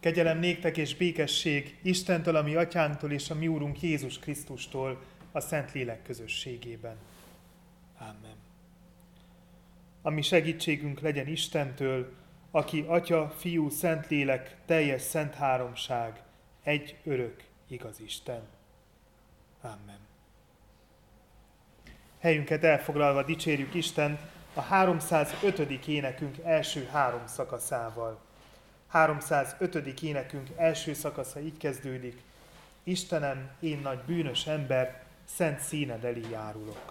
Kegyelem néktek és békesség Istentől, a mi atyánktól és a mi úrunk Jézus Krisztustól a Szentlélek közösségében. Amen. A mi segítségünk legyen Istentől, aki Atya, Fiú, Szentlélek, teljes szent háromság, egy örök igaz Isten. Amen. Helyünket elfoglalva dicsérjük Istent a 305. énekünk első 3 szakaszával. 305. énekünk első szakasza így kezdődik: Istenem, én nagy bűnös ember, szent színed elé járulok.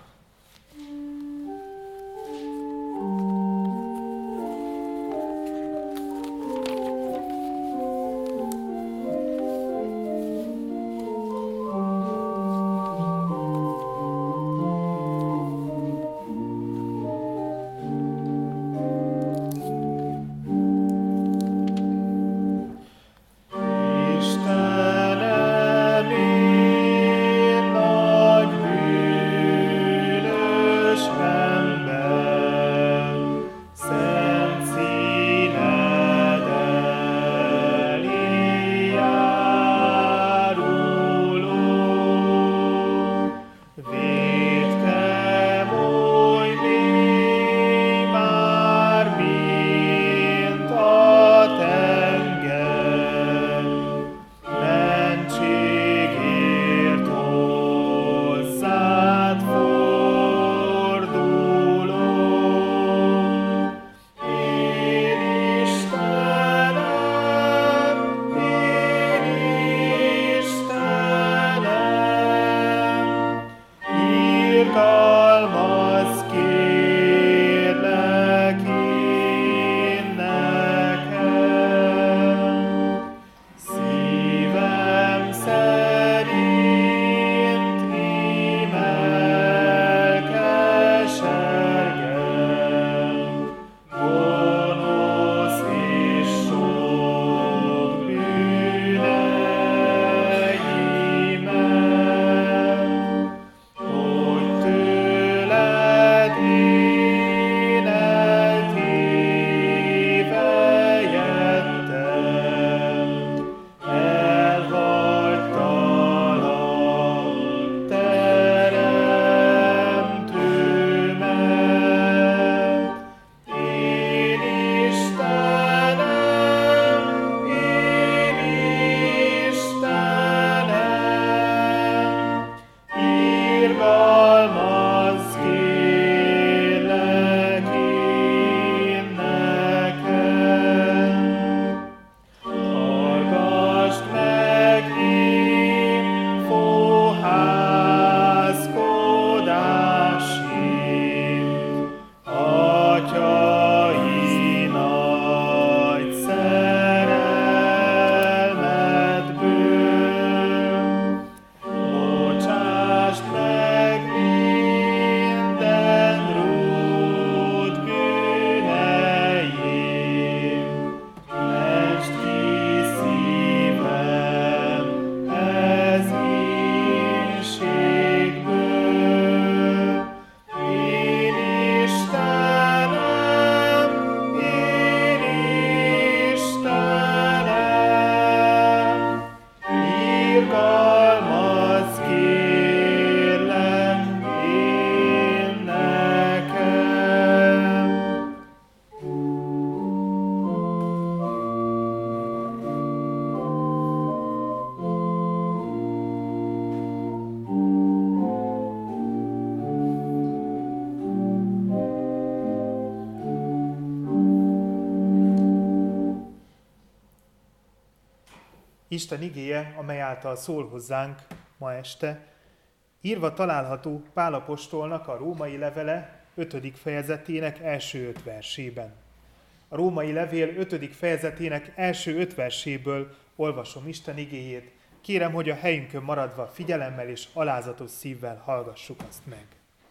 Isten igéje, amely által szól hozzánk ma este, írva található Pál apostolnak a római levele 5. fejezetének első 5 versében. A római levél 5. fejezetének első 5 verséből olvasom Isten igéjét. Kérem, hogy a helyünkön maradva figyelemmel és alázatos szívvel hallgassuk azt meg.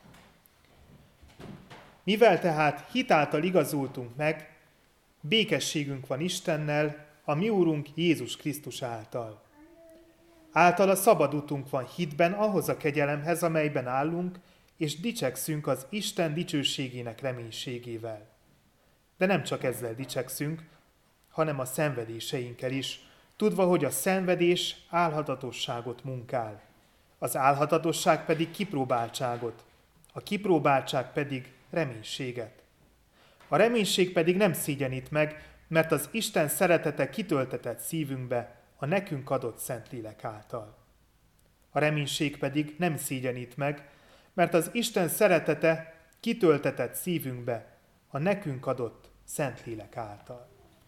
Mivel tehát hitáltal igazultunk meg, békességünk van Istennel, a mi Úrunk Jézus Krisztus által. Általa szabad utunk van hitben ahhoz a kegyelemhez, amelyben állunk, és dicsekszünk az Isten dicsőségének reménységével. De nem csak ezzel dicsekszünk, hanem a szenvedéseinkkel is, tudva, hogy a szenvedés álhatatosságot munkál, az álhatatosság pedig kipróbáltságot, a kipróbáltság pedig reménységet. A reménység pedig nem szégyenít meg, mert az Isten szeretete kitöltetett szívünkbe a nekünk adott Szentlélek által. A reménység pedig nem szégyenít meg, mert az Isten szeretete kitöltetett szívünkbe a nekünk adott Szentlélek által.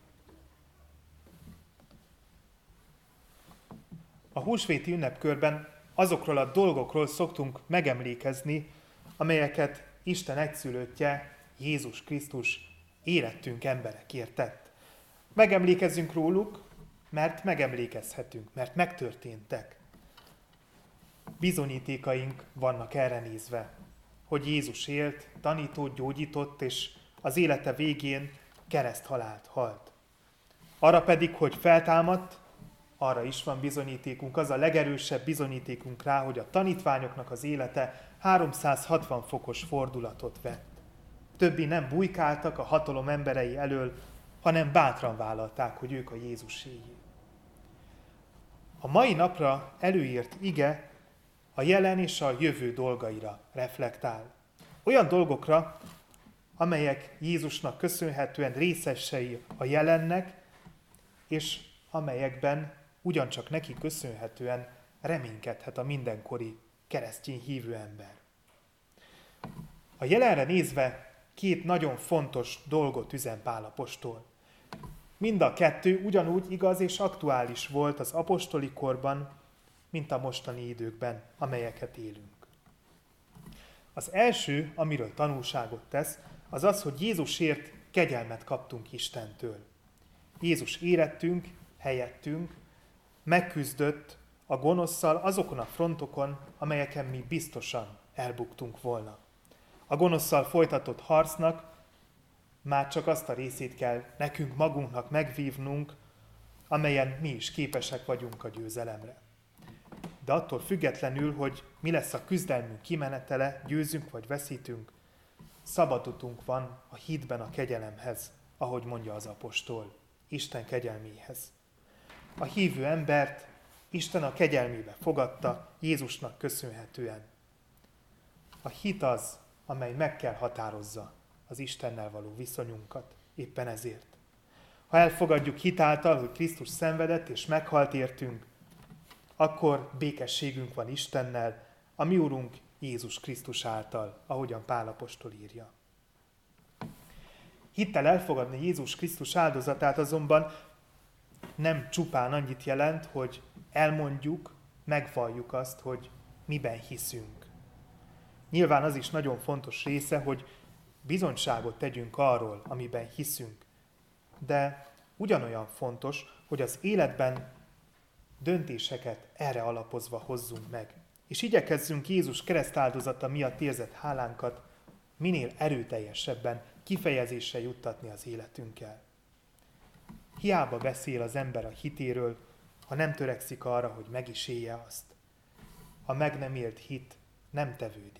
A húsvéti ünnepkörben azokról a dolgokról szoktunk megemlékezni, amelyeket Isten egyszülöttje, Jézus Krisztus érettünk emberekért tett. Megemlékezzünk róluk, mert megemlékezhetünk, mert megtörténtek. Bizonyítékaink vannak erre nézve, hogy Jézus élt, tanított, gyógyított, és az élete végén kereszthalált halt. Arra pedig, hogy feltámadt, arra is van bizonyítékunk, az a legerősebb bizonyítékunk rá, hogy a tanítványoknak az élete 360 fokos fordulatot vett. Többi nem bujkáltak a hatalom emberei elől, hanem bátran vállalták, hogy ők a Jézuséjé. A mai napra előírt ige a jelen és a jövő dolgaira reflektál. Olyan dolgokra, amelyek Jézusnak köszönhetően részesei a jelennek, és amelyekben ugyancsak neki köszönhetően reménykedhet a mindenkori keresztény hívő ember. A jelenre nézve két nagyon fontos dolgot üzen Pál apostol. Mind a kettő ugyanúgy igaz és aktuális volt az apostoli korban, mint a mostani időkben, amelyeket élünk. Az első, amiről tanulságot tesz, az az, hogy Jézusért kegyelmet kaptunk Istentől. Jézus érettünk, helyettünk, megküzdött a gonosszal azokon a frontokon, amelyeken mi biztosan elbuktunk volna. A gonosszal folytatott harcnak már csak azt a részét kell nekünk magunknak megvívnunk, amelyen mi is képesek vagyunk a győzelemre. De attól függetlenül, hogy mi lesz a küzdelmünk kimenetele, győzünk vagy veszítünk, szabadutunk van a hitben a kegyelemhez, ahogy mondja az apostol, Isten kegyelméhez. A hívő embert Isten a kegyelmébe fogadta Jézusnak köszönhetően. A hit az, amely meg kell határozza az Istennel való viszonyunkat, éppen ezért. Ha elfogadjuk hitáltal, hogy Krisztus szenvedett és meghalt értünk, akkor békességünk van Istennel, a mi Urunk Jézus Krisztus által, ahogyan Pál apostol írja. Hittel elfogadni Jézus Krisztus áldozatát azonban nem csupán annyit jelent, hogy elmondjuk, megvalljuk azt, hogy miben hiszünk. Nyilván az is nagyon fontos része, hogy bizonyságot tegyünk arról, amiben hiszünk. De ugyanolyan fontos, hogy az életben döntéseket erre alapozva hozzunk meg. És igyekezzünk Jézus keresztáldozata miatt érzett hálánkat minél erőteljesebben kifejezésre juttatni az életünkkel. Hiába beszél az ember a hitéről, ha nem törekszik arra, hogy meg is élje azt. A meg nem élt hit nem tevődik.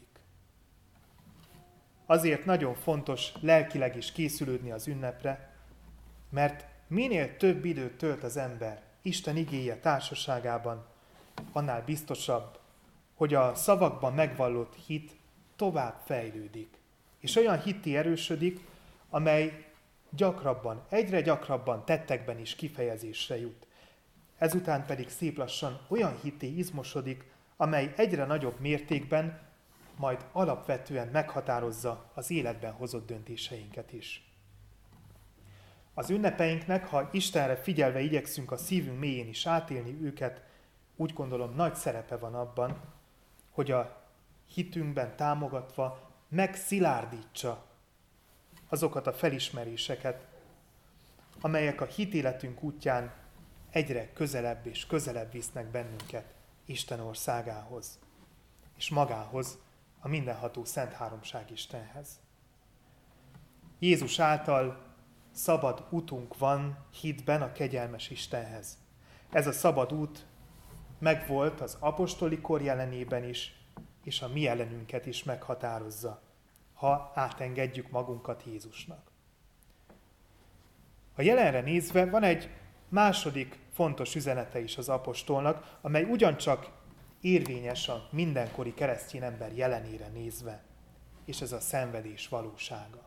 Azért nagyon fontos lelkileg is készülődni az ünnepre, mert minél több időt tölt az ember Isten igéje társaságában, annál biztosabb, hogy a szavakban megvallott hit tovább fejlődik, és olyan hitté erősödik, amely gyakrabban, egyre gyakrabban tettekben is kifejezésre jut. Ezután pedig szép lassan olyan hitté izmosodik, amely egyre nagyobb mértékben majd alapvetően meghatározza az életben hozott döntéseinket is. Az ünnepeinknek, ha Istenre figyelve igyekszünk a szívünk mélyén is átélni őket, úgy gondolom nagy szerepe van abban, hogy a hitünkben támogatva megszilárdítsa azokat a felismeréseket, amelyek a hitéletünk útján egyre közelebb és közelebb visznek bennünket Isten országához, és magához, a mindenható Szent Háromság Istenhez. Jézus által szabad útunk van hitben a kegyelmes Istenhez. Ez a szabad út megvolt az apostoli kor jelenében is, és a mi jelenünket is meghatározza, ha átengedjük magunkat Jézusnak. A jelenre nézve van egy második fontos üzenete is az apostolnak, amely ugyancsak érvényes a mindenkori keresztény ember jelenére nézve, és ez a szenvedés valósága.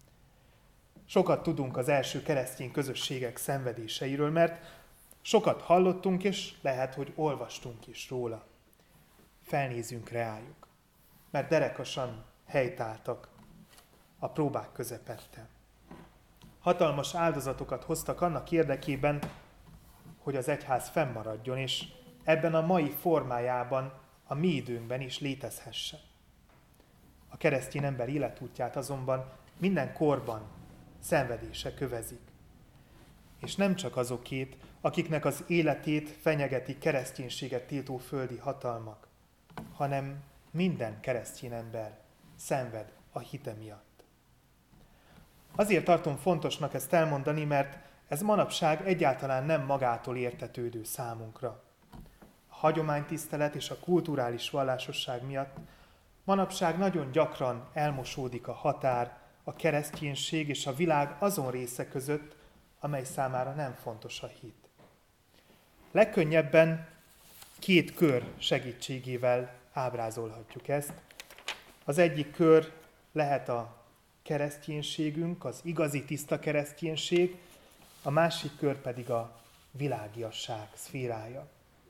Sokat tudunk az első keresztény közösségek szenvedéseiről, mert sokat hallottunk, és lehet, hogy olvastunk is róla. Felnézünk rájuk, mert derekasan helytáltak a próbák közepette. Hatalmas áldozatokat hoztak annak érdekében, hogy az egyház fennmaradjon, és ebben a mai formájában, a mi időnkben is létezhessen. A keresztény ember életútját azonban minden korban szenvedése kövezik. És nem csak azokét, akiknek az életét fenyegeti kereszténységet tiltó földi hatalmak, hanem minden keresztény ember szenved a hite miatt. Azért tartom fontosnak ezt elmondani, mert ez manapság egyáltalán nem magától értetődő számunkra. A hagyománytisztelet és a kulturális vallásosság miatt manapság nagyon gyakran elmosódik a határ a kereszténység és a világ azon része között, amely számára nem fontos a hit. Legkönnyebben 2 kör segítségével ábrázolhatjuk ezt. Az egyik kör lehet a kereszténységünk, az igazi tiszta kereszténység, a másik kör pedig a világiasság szférája.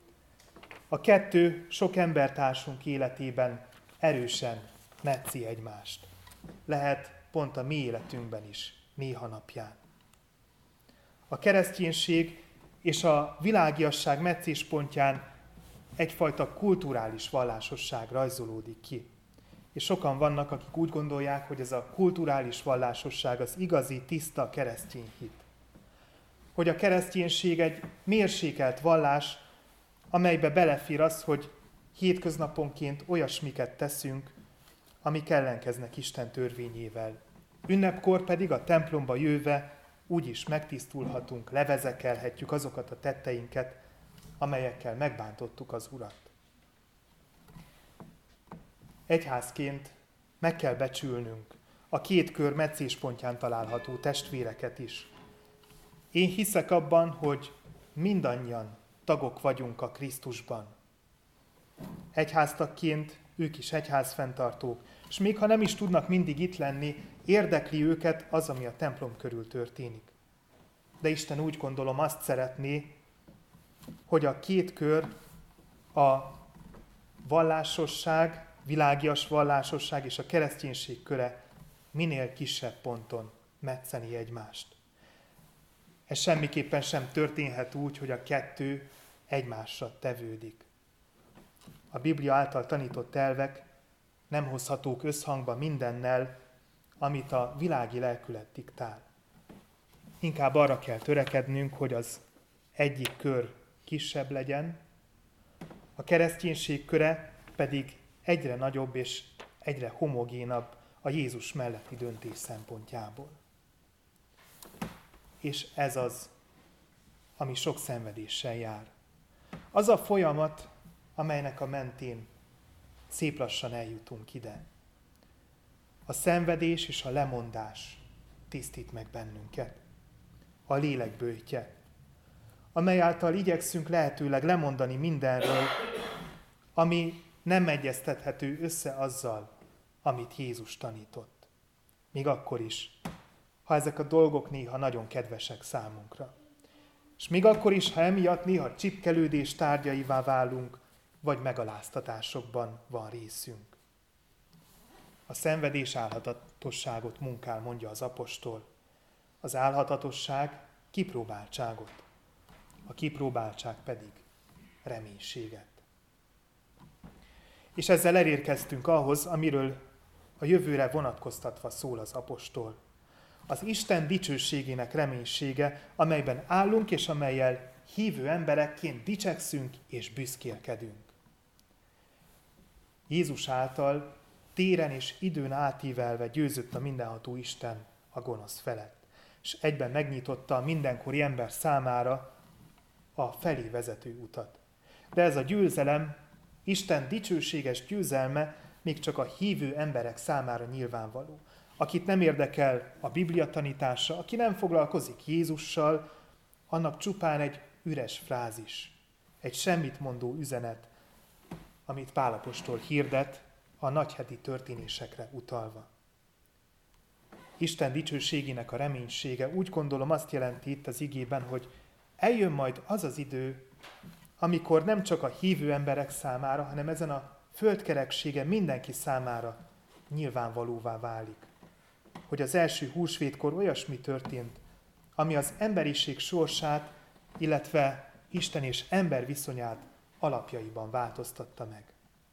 A 2 sok embertársunk életében erősen metszi egymást. Lehet pont a mi életünkben is, néha napján. A kereszténység és a világiasság meccéspontján egyfajta kulturális vallásosság rajzolódik ki. És sokan vannak, akik úgy gondolják, hogy ez a kulturális vallásosság az igazi, tiszta keresztény hit. Hogy a kereszténység egy mérsékelt vallás, amelybe belefér az, hogy hétköznaponként olyasmiket teszünk, amik ellenkeznek Isten törvényével. Ünnepkor pedig a templomba jöve úgy is megtisztulhatunk, levezekelhetjük azokat a tetteinket, amelyekkel megbántottuk az Urat. Egyházként meg kell becsülnünk a 2 kör meccéspontján található testvéreket is. Én hiszek abban, hogy mindannyian tagok vagyunk a Krisztusban. Egyháztagként ők is egyházfenntartók, és még ha nem is tudnak mindig itt lenni, érdekli őket az, ami a templom körül történik. De Isten úgy gondolom azt szeretné, hogy a 2 kör, a vallásosság, világias vallásosság és a kereszténység köre minél kisebb ponton metszeni egymást. Ez semmiképpen sem történhet úgy, hogy a 2 egymásra tevődik. A Biblia által tanított elvek nem hozhatók összhangba mindennel, amit a világi lelkület diktál. Inkább arra kell törekednünk, hogy az egyik kör kisebb legyen, a kereszténység köre pedig egyre nagyobb és egyre homogénabb a Jézus melletti döntés szempontjából. És ez az, ami sok szenvedéssel jár. Az a folyamat, amelynek a mentén szép lassan eljutunk ide. A szenvedés és a lemondás tisztít meg bennünket. A lélek böjtje, amely által igyekszünk lehetőleg lemondani mindenről, ami nem egyeztethető össze azzal, amit Jézus tanított. Még akkor is, ha ezek a dolgok néha nagyon kedvesek számunkra. És még akkor is, ha emiatt néha csipkelődés tárgyaivá válunk, vagy megaláztatásokban van részünk. A szenvedés álhatatosságot munkál, mondja az apostol. Az álhatatosság kipróbáltságot, a kipróbáltság pedig reménységet. És ezzel elérkeztünk ahhoz, amiről a jövőre vonatkoztatva szól az apostol. Az Isten dicsőségének reménysége, amelyben állunk, és amellyel hívő emberekként dicsekszünk és büszkélkedünk. Jézus által téren és időn átívelve győzött a mindenható Isten a gonosz felett, és egyben megnyitotta a mindenkori ember számára a felé vezető utat. De ez a győzelem, Isten dicsőséges győzelme még csak a hívő emberek számára nyilvánvaló. Akit nem érdekel a Biblia tanítása, aki nem foglalkozik Jézussal, annak csupán egy üres frázis, egy semmit mondó üzenet, amit Pál apostol hirdet a nagyheti történésekre utalva. Isten dicsőségének a reménysége, úgy gondolom, azt jelenti itt az igében, hogy eljön majd az az idő, amikor nem csak a hívő emberek számára, hanem ezen a földkereksége mindenki számára nyilvánvalóvá válik. Hogy az első húsvétkor olyasmi történt, ami az emberiség sorsát, illetve Isten és ember viszonyát alapjaiban változtatta meg.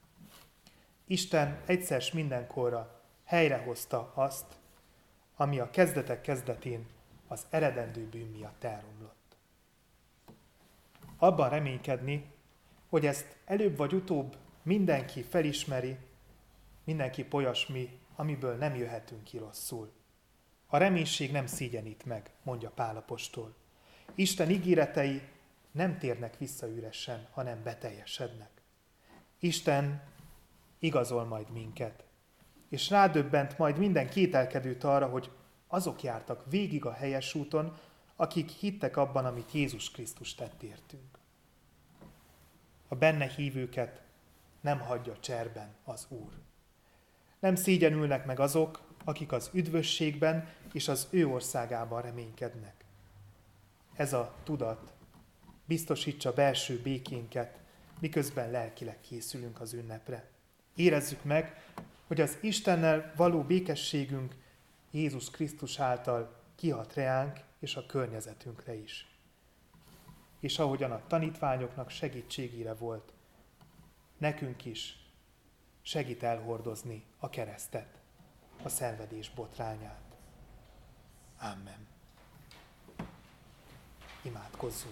Isten egyszer s mindenkorra helyrehozta azt, ami a kezdetek kezdetén az eredendő bűn miatt elromlott. Abban reménykedni, hogy ezt előbb vagy utóbb mindenki felismeri, mindenki olyasmi, amiből nem jöhetünk ki rosszul. A reménység nem szégyenít meg, mondja Pál apostol. Isten ígéretei nem térnek vissza üresen, hanem beteljesednek. Isten igazol majd minket, és rádöbbent majd minden kételkedőt arra, hogy azok jártak végig a helyes úton, akik hittek abban, amit Jézus Krisztus tett értünk. A benne hívőket nem hagyja cserben az Úr. Nem szégyenülnek meg azok, akik az üdvösségben és az ő országában reménykednek. Ez a tudat biztosítsa belső békénket, miközben lelkileg készülünk az ünnepre. Érezzük meg, hogy az Istennel való békességünk Jézus Krisztus által kihat reánk és a környezetünkre is. És ahogyan a tanítványoknak segítségére volt, nekünk is segít elhordozni a keresztet, a szenvedés botrányát. Amen. Imádkozzunk.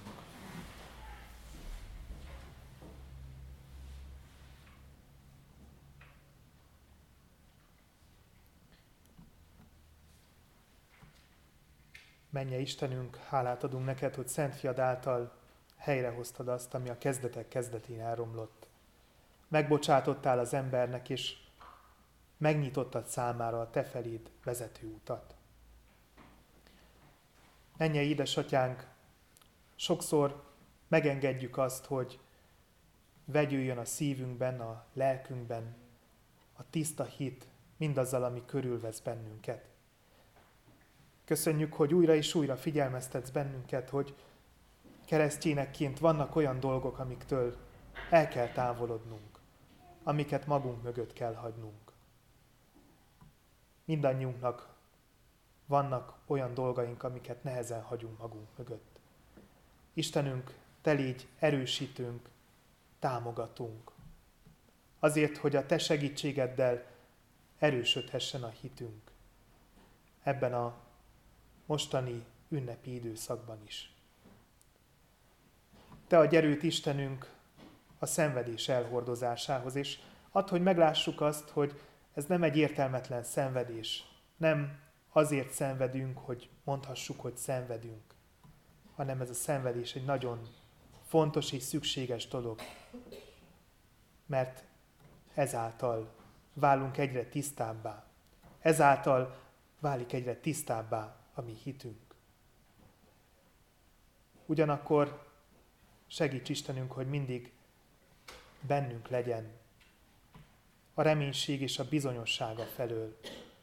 Mennyei Istenünk, hálát adunk neked, hogy Szent Fiad által helyrehoztad azt, ami a kezdetek kezdetén elromlott. Megbocsátottál az embernek, és megnyitottad számára a te feléd vezető utat. Mennyei édesatyánk, sokszor megengedjük azt, hogy vegyüljön a szívünkben, a lelkünkben a tiszta hit mindazzal, ami körülvesz bennünket. Köszönjük, hogy újra és újra figyelmeztetsz bennünket, hogy keresztényekként vannak olyan dolgok, amiktől el kell távolodnunk, amiket magunk mögött kell hagynunk. Mindannyiunknak vannak olyan dolgaink, amiket nehezen hagyunk magunk mögött. Istenünk, te légy erősítőnk, támogatunk. Azért, hogy a te segítségeddel erősödhessen a hitünk. Ebben a mostani ünnepi időszakban is. Te adj erőt, Istenünk, a szenvedés elhordozásához, és add, hogy meglássuk azt, hogy ez nem egy értelmetlen szenvedés. Nem azért szenvedünk, hogy mondhassuk, hogy szenvedünk, hanem ez a szenvedés egy nagyon fontos és szükséges dolog, mert ezáltal válunk egyre tisztábbá. Ezáltal válik egyre tisztábbá a mi hitünk. Ugyanakkor segíts Istenünk, hogy mindig bennünk legyen a reménység és a bizonyossága felől,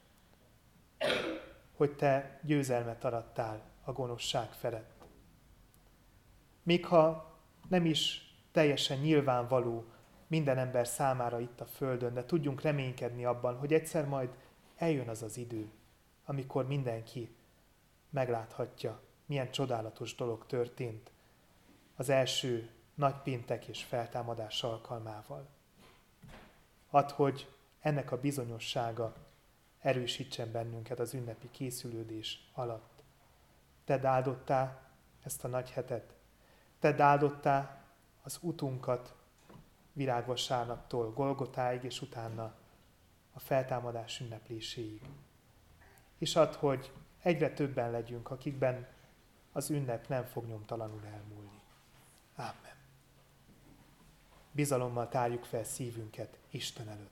hogy te győzelmet arattál a gonoszság felett. Még ha nem is teljesen nyilvánvaló minden ember számára itt a földön, de tudjunk reménykedni abban, hogy egyszer majd eljön az az idő, amikor mindenki megláthatja, milyen csodálatos dolog történt az első nagypéntek és feltámadás alkalmával. Add, hogy ennek a bizonyossága erősítsen bennünket az ünnepi készülődés alatt. Tedd áldottá ezt a nagy hetet, tedd áldottá az utunkat virágvasárnaptól Golgotáig, és utána a feltámadás ünnepléséig. És add, hogy egyre többen legyünk, akikben az ünnep nem fog nyomtalanul elmúlni. Ámen. Bizalommal tárjuk fel szívünket Isten előtt.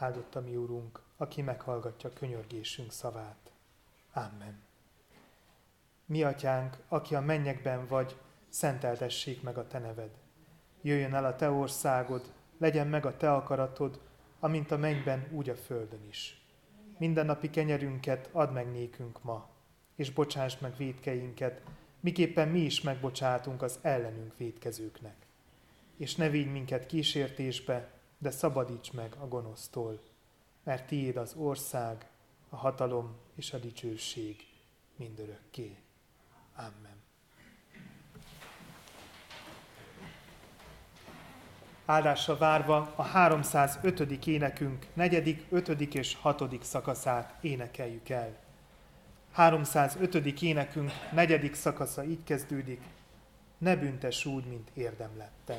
áldott a mi Urunk, aki meghallgatja könyörgésünk szavát. Amen. Mi atyánk, aki a mennyekben vagy, szenteltessék meg a te neved. Jöjjön el a te országod, legyen meg a te akaratod, amint a mennyben, úgy a földön is. Mindennapi kenyerünket add meg nékünk ma, és bocsásd meg vétkeinket, miképpen mi is megbocsátunk az ellenünk vétkezőknek. És ne vigy minket kísértésbe, de szabadíts meg a gonosztól, mert tiéd az ország, a hatalom és a dicsőség mindörökké. Amen. Áldásra várva a 305. énekünk 4., 5. és 6. szakaszát énekeljük el. 305. énekünk 4. szakasza így kezdődik: ne büntess úgy, mint érdemlettem.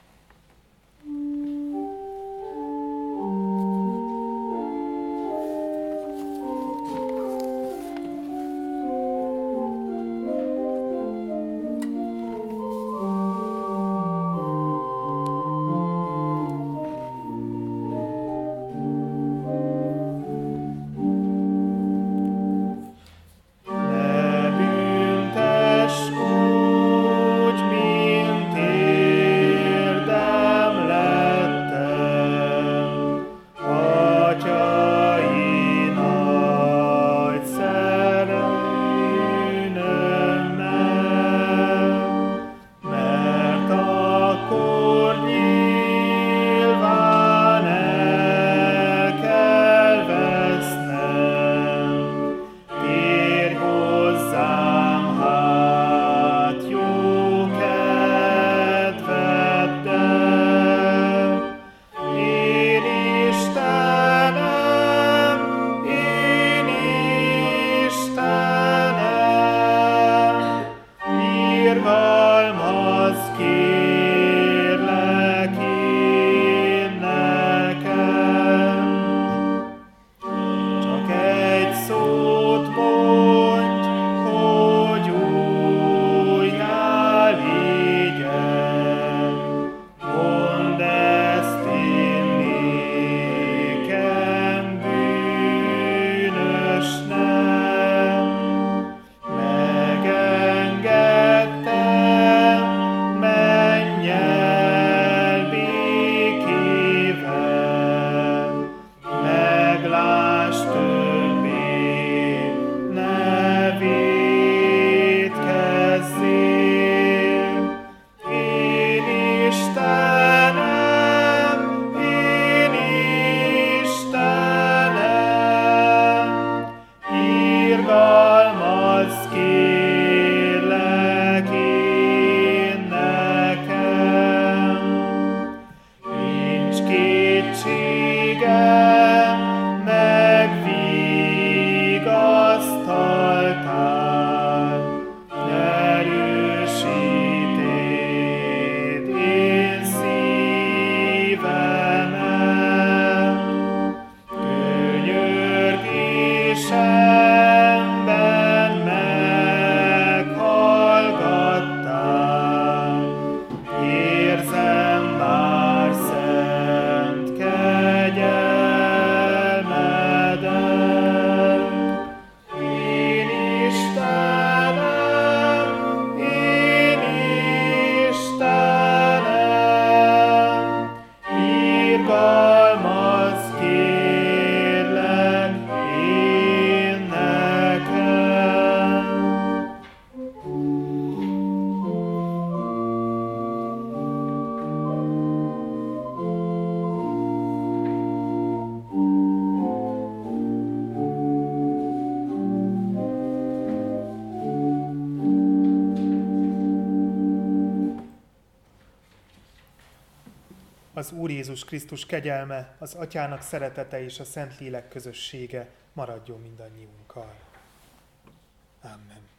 Az Úr Jézus Krisztus kegyelme, az Atyának szeretete és a Szentlélek közössége maradjon mindannyiunkkal. Amen.